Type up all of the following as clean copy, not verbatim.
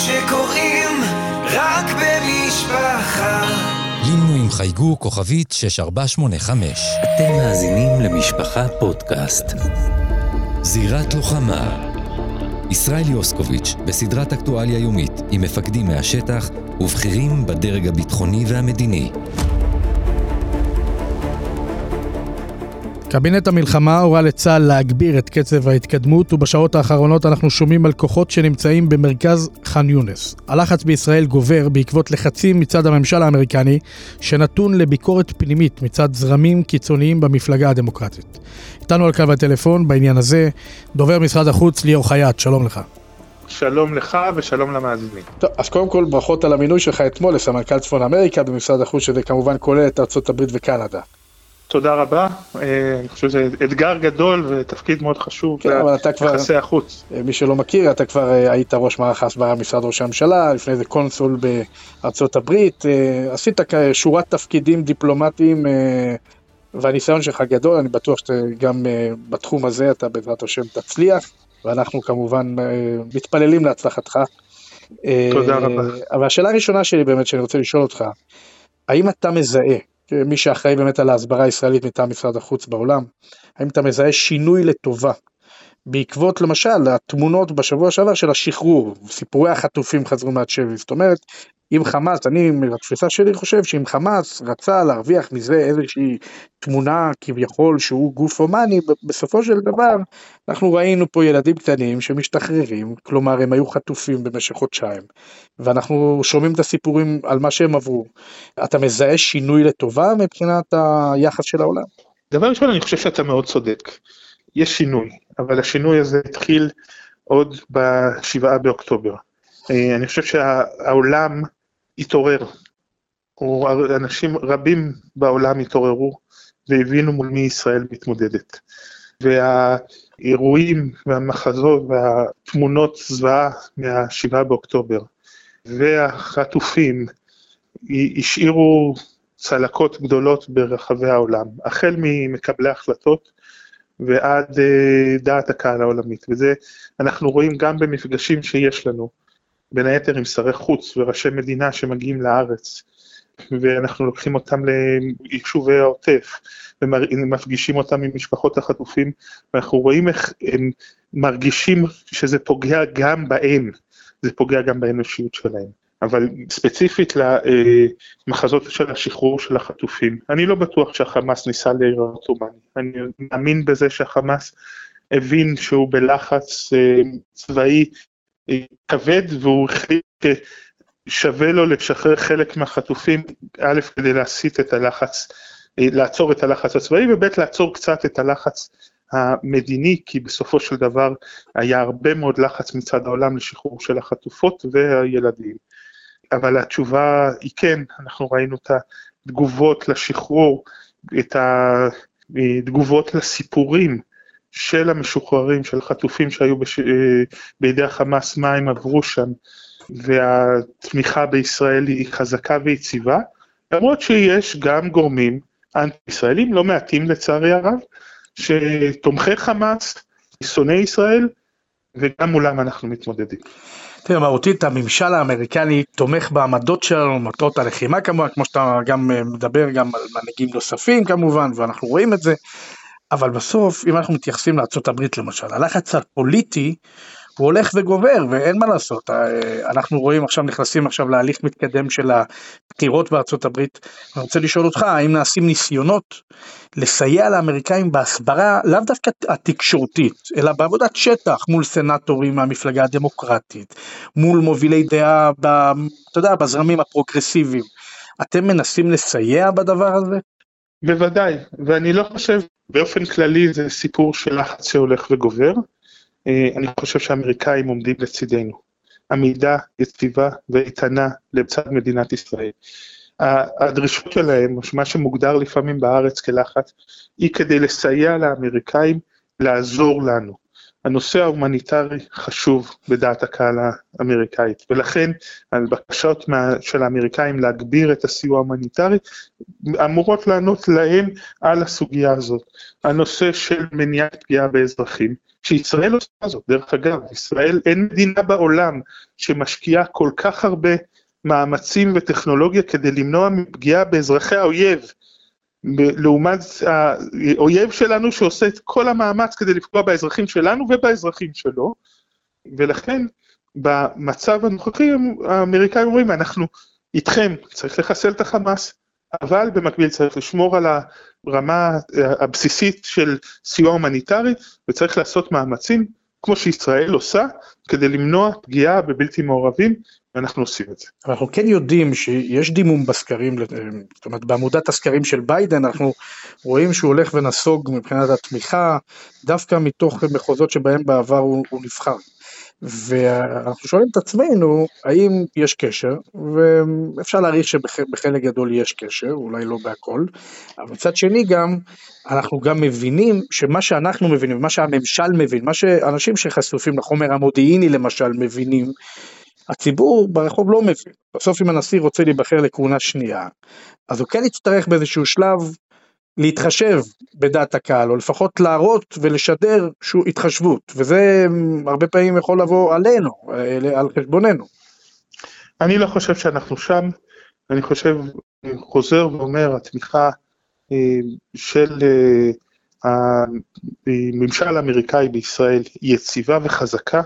שקוראים רק במשפחה. לינו עם חייגו כוכבית 6485. אתם מאזינים למשפחה פודקאסט. זירת לוחמה. ישראל יוסקוביץ' בסדרת אקטואליה יומית עם מפקדים מהשטח ובכירים בדרג הביטחוני והמדיני. קבינט המלחמה הורה לצה"ל להגביר את קצב ההתקדמות, ובשעות האחרונות אנחנו שומעים על כוחות שנמצאים במרכז ח'אן יונס. הלחץ בישראל גובר בעקבות לחצים מצד הממשל האמריקני, שנתון לביקורת פנימית מצד זרמים קיצוניים במפלגה הדמוקרטית. איתנו על קו הטלפון בעניין הזה דובר משרד החוץ ליאור חייט, שלום לך. שלום לך ושלום למאזינים. טוב, אז קודם כל ברכות על המינוי שלך אתמול לסמנכ"ל צפון אמריקה במשרד החוץ, שזה כמובן כולל את ארצות הברית וקנדה. תודה רבה, אני חושב שזה אתגר גדול ותפקיד מאוד חשוב ביחסי החוץ. מי שלא מכיר, אתה כבר היית ראש מערך ההסברה במשרד ראש הממשלה, לפני זה קונסול בארצות הברית, עשית שורת תפקידים דיפלומטיים, והניסיון שלך גדול, אני בטוח שגם בתחום הזה אתה בעזרת השם תצליח, ואנחנו כמובן מתפללים להצלחתך. תודה רבה. אבל השאלה הראשונה שלי באמת שאני רוצה לשאול אותך, האם אתה מזהה, מי שאחראי באמת על ההסברה הישראלית מטעם משרד החוץ בעולם, האם אתה מזהה שינוי לטובה, בעקבות למשל התמונות בשבוע שעבר של השחרור, סיפורי החטופים חזרו מהשבי, זאת אומרת, אם חמאס, אני בתפיסה שלי חושב שאם חמאס רצה להרוויח מזה איזושהי תמונה כביכול שהוא גוף הומני, בסופו של דבר אנחנו ראינו פה ילדים קטנים שמשתחררים, כלומר הם היו חטופים במשך חודשיים, ואנחנו שומעים את הסיפורים על מה שהם עברו. אתה מזהה שינוי לטובה מבחינת היחס של העולם? דבר ראשון, אני חושב שאתה מאוד צודק. יש שינוי, אבל השינוי הזה התחיל עוד ב7 באוקטובר. אני חושב שהעולם התעורר, אנשים רבים בעולם התעוררו והבינו מול מי ישראל מתמודדת. והאירועים והמחזות והתמונות זוועה מה7 באוקטובר והחטופים השאירו צלקות גדולות ברחבי העולם, החל ממקבלי החלטות ועד דעת הקהל העולמית. וזה אנחנו רואים גם במפגשים שיש לנו, בין היתר עם שרי חוץ וראשי מדינה שמגיעים לארץ, ואנחנו לוקחים אותם ליישובי העוטף, ומפגישים אותם עם משפחות החטופים, ואנחנו רואים איך הם מרגישים שזה פוגע גם בהם, זה פוגע גם באנושיות שלהם. אבל ספציפית למחזות של השחרור של החטופים, אני לא בטוח שהחמאס ניסה להיראות הומני, אני מאמין בזה שהחמאס הבין שהוא בלחץ צבאי, כבד, והוא החליט ששווה לו לשחרר חלק מהחטופים, א', כדי להסיט את הלחץ, לעצור את הלחץ הצבאי, וב', לעצור קצת את הלחץ המדיני, כי בסופו של דבר היה הרבה מאוד לחץ מצד העולם לשחרור של החטופות והילדים. אבל התשובה היא כן, אנחנו ראינו את התגובות לשחרור, את התגובות לסיפורים, של המשוחררים, של חטופים שהיו בידי החמאס, מה הם עברו שם, והתמיכה בישראל היא חזקה ויציבה, למרות שיש גם גורמים אנטי-ישראלים, לא מעטים לצערי הרב, שתומכי חמאס, שונאי ישראל, וגם מולם אנחנו מתמודדים. תראה, מהותית, הממשל האמריקני תומך בעמדות שלנו, מטרות הלחימה כמובן, כמו שאתה גם מדבר, גם על מנהיגים נוספים כמובן, ואנחנו רואים את זה, אבל בסוף, אם אנחנו מתייחסים לארצות הברית למשל, הלחץ הפוליטי הוא הולך וגובר, ואין מה לעשות. אנחנו רואים עכשיו, נכנסים עכשיו להליך מתקדם של הבחירות בארצות הברית. אני רוצה לשאול אותך, האם נעשים ניסיונות לסייע לאמריקאים בהסברה, לאו דווקא התקשורתית, אלא בעבודת שטח מול סנטורים מהמפלגה הדמוקרטית, מול מובילי דעה, אתה יודע, בזרמים הפרוגרסיביים. אתם מנסים לסייע בדבר הזה? בוודאי, ואני לא חושב, באופן כללי זה סיפור של לחץ שהולך וגובר, אני חושב שהאמריקאים עומדים לצידנו, עמידה יציבה ואיתנה לצד מדינת ישראל. הדרישות שלהם, מה שמוגדר לפעמים בארץ כלחץ, היא כדי לסייע לאמריקאים לעזור לנו, הנושא ההומניטרי חשוב בדעת הקהל האמריקאית, ולכן על בקשות של האמריקאים להגביר את הסיוע ההומניטרי, אמורות לענות להם על הסוגיה הזאת. הנושא של מניעת פגיעה באזרחים, שישראל עושה זאת, דרך אגב, ישראל אין מדינה בעולם שמשקיעה כל כך הרבה מאמצים וטכנולוגיה כדי למנוע פגיעה באזרחי האויב, לעומת האויב שלנו שעושה את כל המאמץ כדי לפגוע באזרחים שלנו ובאזרחים שלו, ולכן במצב הנוכחי האמריקאים אומרים, אנחנו איתכם, צריך לחסל את החמאס, אבל במקביל צריך לשמור על הרמה הבסיסית של סיוע הומניטרי, וצריך לעשות מאמצים כמו שישראל עושה, כדי למנוע פגיעה בבלתי מעורבים, ואנחנו עושים את זה. אנחנו כן יודעים שיש דימום בסקרים, זאת אומרת בעמודת הסקרים של ביידן, אנחנו רואים שהוא הולך ונסוג מבחינת התמיכה, דווקא מתוך מחוזות שבהם בעבר הוא נבחר. ואנחנו שואלים את עצמנו, האם יש קשר, ואפשר להעריך שבחלק גדול יש קשר, אולי לא בהכל, אבל מצד שני גם, אנחנו גם מבינים שמה שאנחנו מבינים, מה שהממשל מבין, מה שאנשים שחשופים לחומר המודיעיני למשל מבינים, הציבור ברחוב לא מבין. בסוף אם הנשיא רוצה להיבחר לכהונה שנייה, אז הוא כן יצטרך באיזשהו שלב להתחשב בדעת הקהל, או לפחות להראות ולשדר שהוא התחשבות, וזה הרבה פעמים יכול לבוא עלינו, על חשבוננו. אני לא חושב שאנחנו שם, אני חושב, חוזר ואומר, התמיכה של הממשל האמריקאי בישראל היא יציבה וחזקה,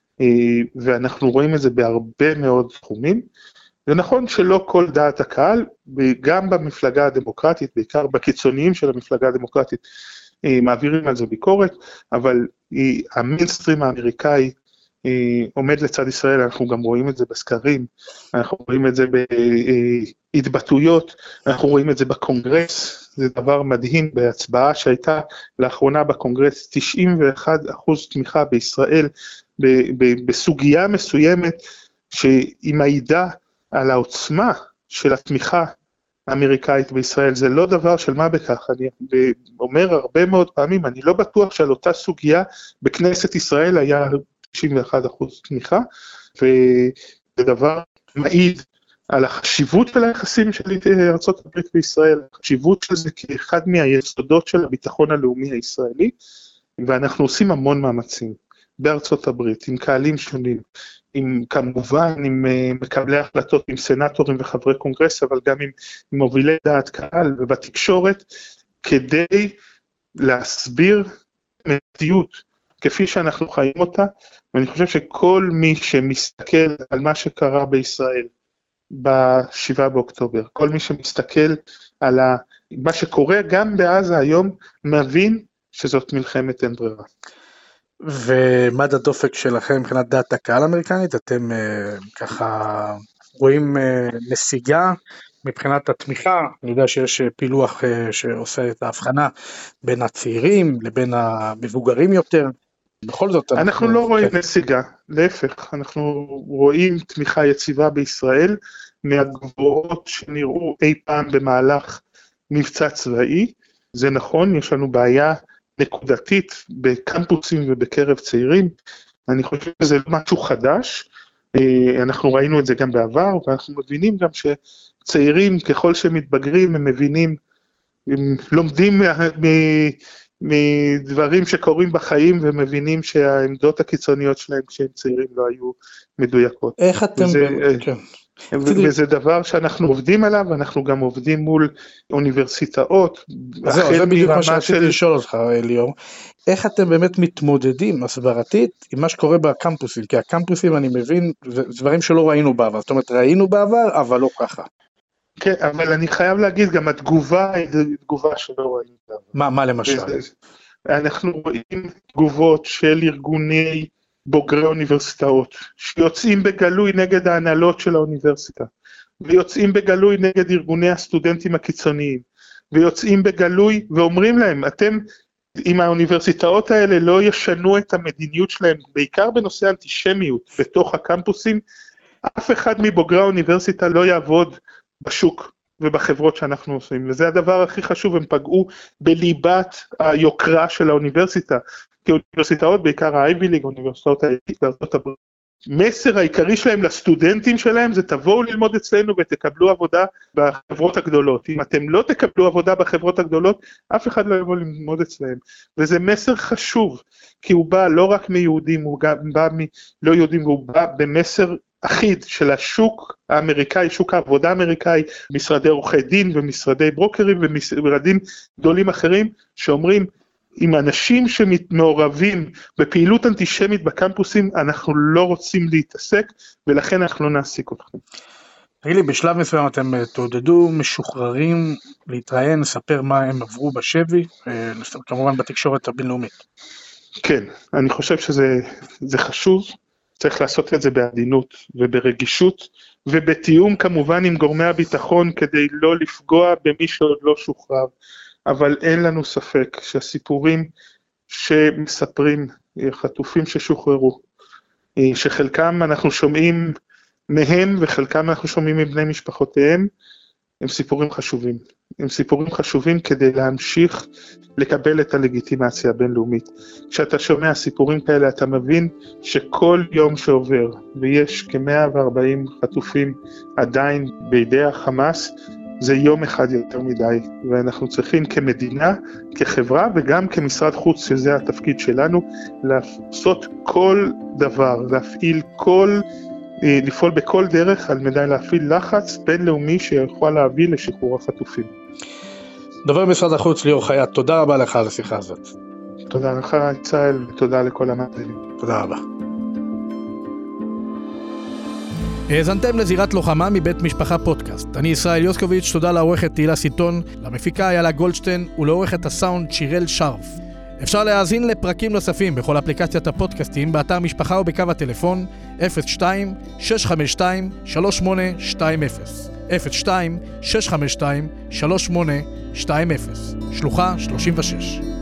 ואנחנו רואים את זה בהרבה מאוד תחומים. זה נכון שלא כל דעת הקהל, גם במפלגה הדמוקרטית, בעיקר בקיצוניים של המפלגה הדמוקרטית, מעבירים על זה ביקורת, אבל המיינסטרים האמריקאי עומד לצד ישראל, אנחנו גם רואים את זה בסקרים, אנחנו רואים את זה בהתבטאויות, אנחנו רואים את זה בקונגרס, זה דבר מדהים, בהצבעה שהייתה לאחרונה בקונגרס, 91% תמיכה בישראל, בסוגיה מסוימת, שהיא מעידה על העוצמה של התמיכה האמריקאית בישראל, זה לא דבר של מה בכך, אני אומר הרבה מאוד פעמים, אני לא בטוח שעל אותה סוגיה בכנסת ישראל היה 91% תמיכה, וזה דבר מעיד על החשיבות של היחסים של ארצות הברית וישראל, החשיבות של זה כאחד מהיסודות של הביטחון הלאומי הישראלי, ואנחנו עושים המון מאמצים בארצות הברית, עם קהלים שונים, כמובן עם מקבלי החלטות, עם סנטורים וחברי קונגרס, אבל גם עם מובילי דעת קהל ובתקשורת, כדי להסביר מציאות כפי שאנחנו חיים אותה, ואני חושב שכל מי שמסתכל על מה שקרה בישראל ב7 באוקטובר, כל מי שמסתכל על מה שקורה גם בעזה היום, מבין שזאת מלחמת אין ברירה. ומד הדופק שלכם מבחינת דעת הקהל האמריקנית, אתם ככה רואים נסיגה מבחינת התמיכה, אני יודע שיש פילוח שעושה את ההבחנה בין הצעירים לבין המבוגרים יותר, בכל זאת אנחנו לא רואים נסיגה, להפך, אנחנו רואים תמיכה יציבה בישראל, מהגבוהות שנראו אי פעם במהלך מבצע צבאי, זה נכון, יש לנו בעיה נקודתית בקמפוסים ובקרב צעירים, אני חושב שזה לא משהו חדש, אנחנו ראינו את זה גם בעבר, ואנחנו מבינים גם שצעירים ככל שמתבגרים הם מבינים, הם לומדים מדברים שקורים בחיים, ומבינים שהעמדות הקיצוניות שלהם כשהם צעירים לא היו מדויקות. איך אתם... וזה דבר שאנחנו עובדים עליו, ואנחנו גם עובדים מול אוניברסיטאות. זה בדיוק מה שרציתי לשאול אותך, ליאור. איך אתם באמת מתמודדים הסברתית עם מה שקורה בקמפוסים? כי הקמפוסים, אני מבין, זה דברים שלא ראינו בעבר. זאת אומרת, ראינו בעבר, אבל לא ככה. כן, אבל אני חייב להגיד, גם התגובה היא תגובה שלא ראינו בעבר. מה למשל? אנחנו רואים תגובות של ארגוני בוגרי אוניברסיטאות, שיוצאים בגלוי נגד ההנהלות של האוניברסיטה, ויוצאים בגלוי נגד ארגוני הסטודנטים הקיצוניים, ויוצאים בגלוי ואומרים להם, אתם, אם האוניברסיטאות האלה לא ישנו את המדיניות שלהם, בעיקר בנושא אנטישמיות בתוך הקמפוסים, אף אחד מבוגרי האוניברסיטה לא יעבוד בשוק ובחברות שאנחנו עושים, וזה הדבר הכי חשוב, הם פגעו בליבת היוקרה של האוניברסיטה, כי האוניברסיטאות, בעיקר ה-Ivy League, אוניברסיטאות בארצות הברית, מסר העיקרי שלהם לסטודנטים שלהם זה תבואו ללמוד אצלנו ותקבלו עבודה בחברות הגדולות. אם אתם לא תקבלו עבודה בחברות הגדולות, אף אחד לא יבוא ללמוד אצלהם. וזה מסר חשוב, כי הוא בא לא רק מיהודים, הוא גם בא מלא יהודים, הוא בא במסר אחיד של השוק האמריקאי, שוק העבודה האמריקאי, משרדי עורכי דין ומשרדי ברוקרים ומשרדים גדולים אחרים שאומרים, עם אנשים שמעורבים בפעילות אנטישמית בקמפוסים, אנחנו לא רוצים להתעסק, ולכן אנחנו לא נעסיק אתכם. תגיד לי, בשלב מסוים אתם תעודדו משוחררים להתראיין, לספר מה הם עברו בשבי, כמובן בתקשורת הבינלאומית. כן, אני חושב שזה חשוב, צריך לעשות את זה בעדינות וברגישות, ובתיאום כמובן עם גורמי הביטחון, כדי לא לפגוע במי שעוד לא שוחרר. אבל אין לנו ספק שהסיפורים שמספרים חטופים ששוחררו, שחלקם אנחנו שומעים מהם וחלקם אנחנו שומעים מבני משפחותיהם, הם סיפורים חשובים. הם סיפורים חשובים כדי להמשיך לקבל את הלגיטימציה הבינלאומית. כשאתה שומע סיפורים כאלה אתה מבין שכל יום שעובר, ויש כ-140 חטופים עדיין בידי החמאס, זה יום אחד יותר מדי, ואנחנו צריכים כמדינה, כחברה וגם כמשרד חוץ, שזה התפקיד שלנו, לעשות כל דבר, לפעול בכל דרך על מדי להפעיל לחץ בינלאומי שיכול להביא לשחרור החטופים. דובר משרד החוץ ליאור חייט, תודה רבה לך על השיחה הזאת. תודה לך ישראל, ותודה לכל המאזינים. תודה רבה. האזנתם לזירת לוחמה מבית משפחה פודקאסט. אני ישראל יוסקוביץ', תודה לעורכת תהילה סיטון, למפיקה איילה גולדשטיין ולעורכת הסאונד שירל שרף. אפשר להאזין לפרקים נוספים בכל אפליקציית הפודקאסטים, באתר משפחה ובקו הטלפון 02-652-3820. 02-652-3820. שלוחה 36.